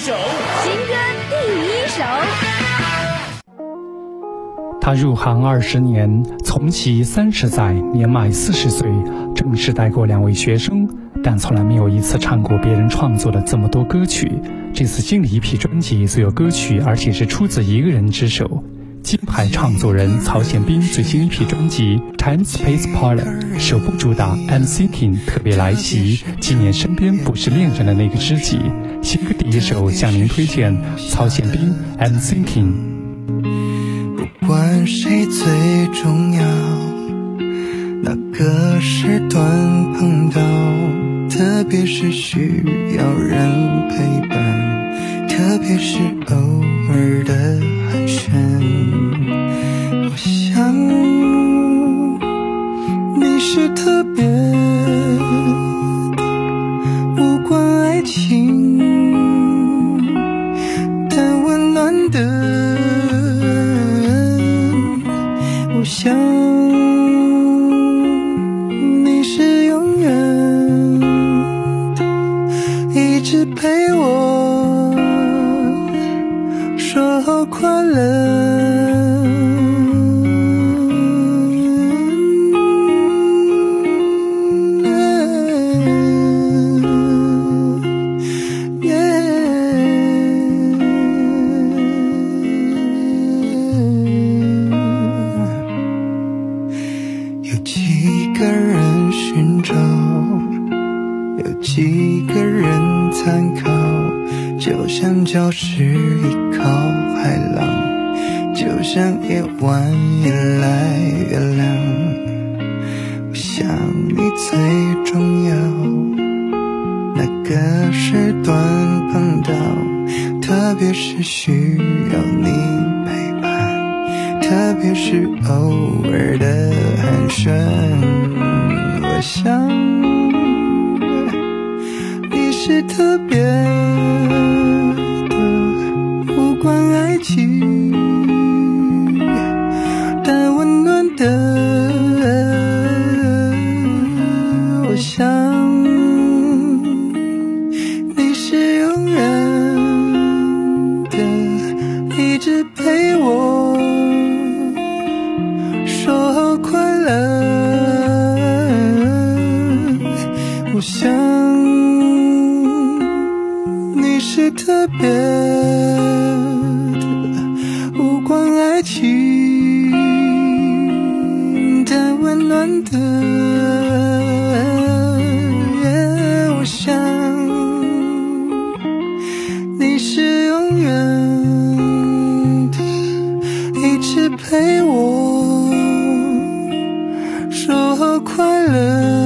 首，新歌第一首。 他入行20年，从其30载年迈40岁，正式带过2位学生，但从来没有一次唱过别人创作的这么多歌曲。这次新的一批专辑所有歌曲，而且是出自一个人之手。金牌创作人曹宪斌最新一批专辑《Time Space Pilot》首部主打《I'm Thinking》特别来袭，纪念身边不是恋人的那个知己。新歌第一首向您推荐曹宪斌《I'm Thinking》。 不管谁最重要，哪个时段碰到，特别是需要人陪伴，特别是偶尔的寒暄。我想你是特别的，无关爱情，但温暖的。我想你是永远的，一直陪我说好快乐。几个人寻找，有几个人参考，就像礁石依靠海浪，就像夜晚依赖月亮。我想你最重要，哪个时段碰到，特别是需要你陪伴，特别是偶尔的寒暄。我想你是特别的，无关爱情，但温暖的。我想你是永远的，一直陪我说好快乐。我想你是特别的，无关爱情，但温暖的。我想你是永远的，一直陪我说好快乐。